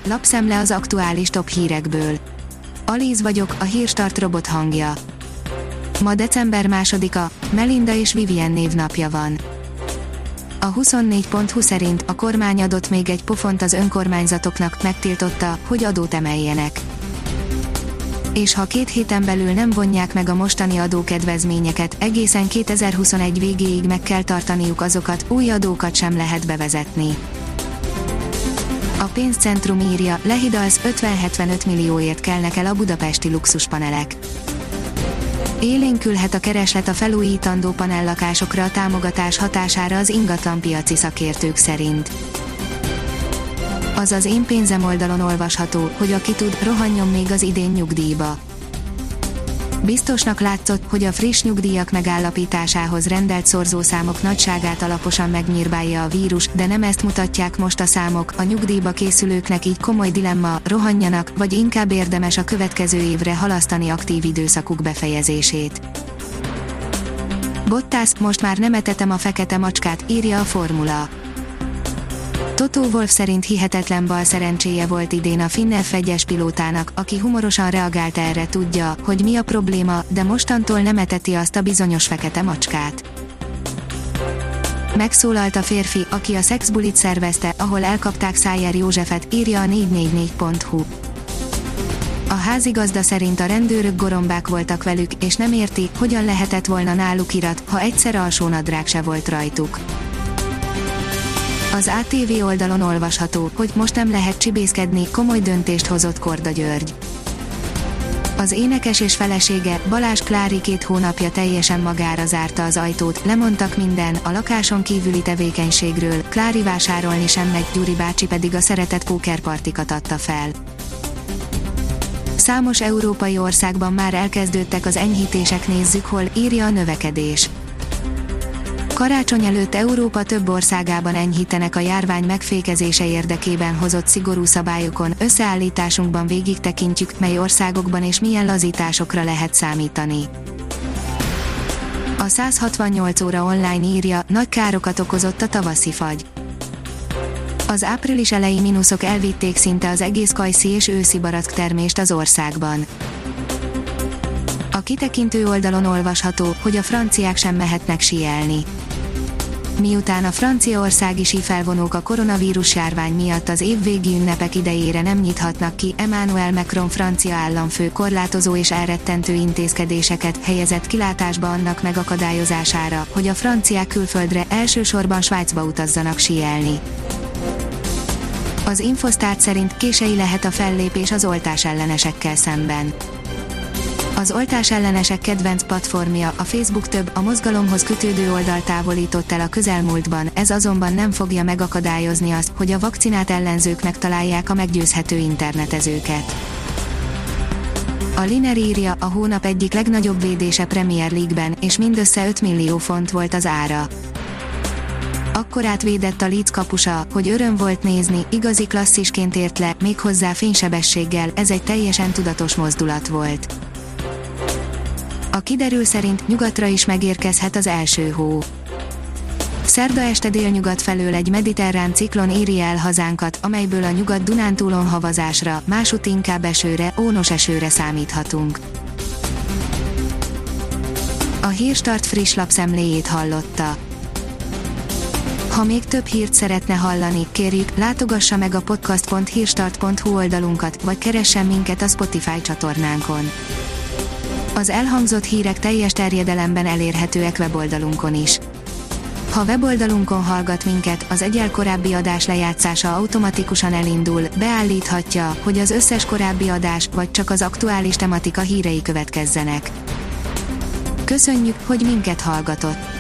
lapszemle az aktuális top hírekből. Alíz vagyok, a Hírstart robot hangja. Ma december 2-a, Melinda és Vivien névnapja van. A 24.20 szerint a kormány adott még egy pofont az önkormányzatoknak, megtiltotta, hogy adót emeljenek. És ha 2 héten belül nem vonják meg a mostani adókedvezményeket, egészen 2021 végéig meg kell tartaniuk azokat, új adókat sem lehet bevezetni. A pénzcentrum írja, lehidalsz, 50-75 millióért kelnek el a budapesti luxuspanelek. Élénkülhet a kereslet a felújítandó panellakásokra a támogatás hatására az ingatlanpiaci szakértők szerint. Az az Én pénzem oldalon olvasható, hogy aki tud, rohanjon még az idén nyugdíjba. Biztosnak látszott, hogy a friss nyugdíjak megállapításához rendelt szorzószámok nagyságát alaposan megnyírbálja a vírus, de nem ezt mutatják most a számok, a nyugdíjba készülőknek így komoly dilemma, rohanjanak, vagy inkább érdemes a következő évre halasztani aktív időszakuk befejezését. Bottas, most már nem etetem a fekete macskát, írja a Formula. Toto Wolff szerint hihetetlen balszerencséje volt idén a finn F1-es pilótának, aki humorosan reagált erre, tudja, hogy mi a probléma, de mostantól nem eteti azt a bizonyos fekete macskát. Megszólalt a férfi, aki a szexbulit szervezte, ahol elkapták Szájer Józsefet, írja a 444.hu. A házigazda szerint a rendőrök gorombák voltak velük, és nem érti, hogyan lehetett volna náluk irat, ha egyszer alsónadrág se volt rajtuk. Az ATV oldalon olvasható, hogy most nem lehet csibészkedni, komoly döntést hozott Korda György. Az énekes és felesége, Balázs Klári 2 hónapja teljesen magára zárta az ajtót, lemondtak minden, a lakáson kívüli tevékenységről, Klári vásárolni sem megy, Gyuri bácsi pedig a szeretett pókerpartikat adta fel. Számos európai országban már elkezdődtek az enyhítések, nézzük hol, írja a Növekedés. Karácsony előtt Európa több országában enyhítenek a járvány megfékezése érdekében hozott szigorú szabályokon, összeállításunkban végig tekintjük, mely országokban és milyen lazításokra lehet számítani. A 168 óra online írja, nagy károkat okozott a tavaszi fagy. Az április eleji mínuszok elvitték szinte az egész kajszi és őszi barack termést az országban. A kitekintő oldalon olvasható, hogy a franciák sem mehetnek síelni. Miután a franciaországi sífelvonók a koronavírus járvány miatt az évvégi ünnepek idejére nem nyithatnak ki, Emmanuel Macron francia államfő korlátozó és elrettentő intézkedéseket helyezett kilátásba annak megakadályozására, hogy a franciák külföldre, elsősorban Svájcba utazzanak síelni. Az Infosztát szerint késői lehet a fellépés az oltás ellenesekkel szemben. Az oltás ellenesek kedvenc platformja, a Facebook több, a mozgalomhoz kötődő oldalt távolított el a közelmúltban, ez azonban nem fogja megakadályozni azt, hogy a vakcinát ellenzők megtalálják a meggyőzhető internetezőket. A Liner írja, a hónap egyik legnagyobb védése Premier League-ben, és mindössze 5 millió font volt az ára. Akkorát védett a Leeds kapusa, hogy öröm volt nézni, igazi klasszisként ért le, méghozzá fénysebességgel, ez egy teljesen tudatos mozdulat volt. A kiderül szerint nyugatra is megérkezhet az első hó. Szerda este délnyugat felől egy mediterrán ciklon éri el hazánkat, amelyből a Nyugat-Dunántúlon havazásra, másutt inkább esőre, ónos esőre számíthatunk. A Hírstart friss lapszemléjét hallotta. Ha még több hírt szeretne hallani, kérjük, látogassa meg a podcast.hírstart.hu oldalunkat, vagy keressen minket a Spotify csatornánkon. Az elhangzott hírek teljes terjedelemben elérhetőek weboldalunkon is. Ha weboldalunkon hallgat minket, az egyel korábbi adás lejátszása automatikusan elindul, beállíthatja, hogy az összes korábbi adás, vagy csak az aktuális tematika hírei következzenek. Köszönjük, hogy minket hallgatott!